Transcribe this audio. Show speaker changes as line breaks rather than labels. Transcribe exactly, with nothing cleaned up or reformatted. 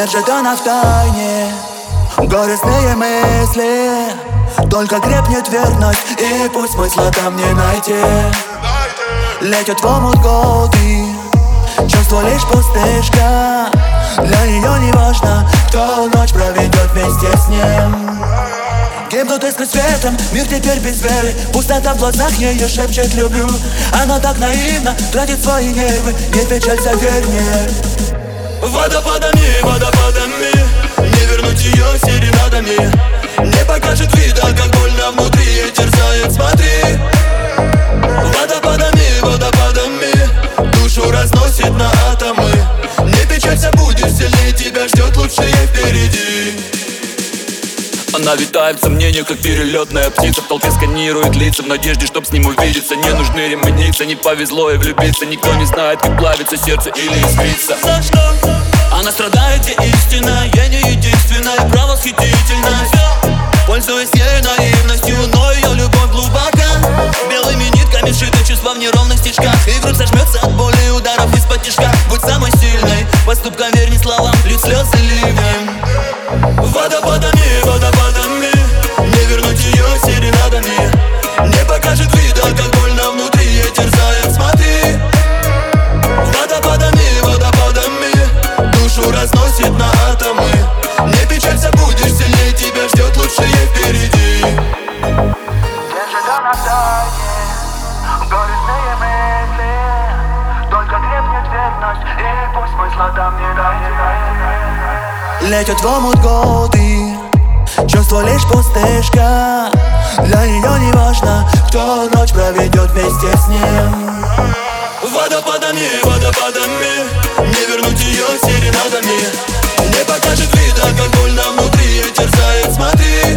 держит она в тайне горестные мысли. Только крепнет верность, и пусть смысла там не найти. Летят в омут годы, чувство лишь пустышка. Для нее не важно, кто ночь проведет вместе с ним. Гибнут искры светом, мир теперь без веры. Пустота в глазах ее шепчет «люблю». Она так наивно тратит свои нервы. Не печалься, верь мне.
Водопадами, водопадами не вернуть ее серенадами. Не покажет вида, как больно внутри терзает, смотри. Водопадами, водопадами душу разносит на атомы. Не печалься, будешь сильнее, тебя ждет лучшее впереди. Она витает в сомнениях, как перелетная птица. В толпе сканирует лица в надежде, чтоб с ним увидеться. Не нужны ремониться, не повезло и влюбиться. Никто не знает, как плавится сердце или искрится. За что? Она страдает, где истина. Я не единственная, правосхитительность. Пользуясь ею наивностью, но ее любовь глубока. Белыми нитками сшиты чувства в неровных стежках. И грудь сожмется от боли ударов из-под тишка. Будь самой сильной, поступкам верь, не словам, лить слезы ливнем. Водопадами, водопадами не вернуть ее серенадами. Не покажет вида, как больно внутри терзает, смотри. Водопадами, водопадами душу разносит на атомы. Не печалься, будешь сильнее, тебя ждет лучшее впереди.
Держит она в тайне горестные мысли. Только крепнет верность, и пусть смысла там не найти. Летят в омут годы, чувство лишь пустышка. Для нее не важно, кто ночь проведет вместе с ним.
Водопадами, водопадами не вернуть ее серенадами. Не покажет вида, как больно внутри терзает, смотри.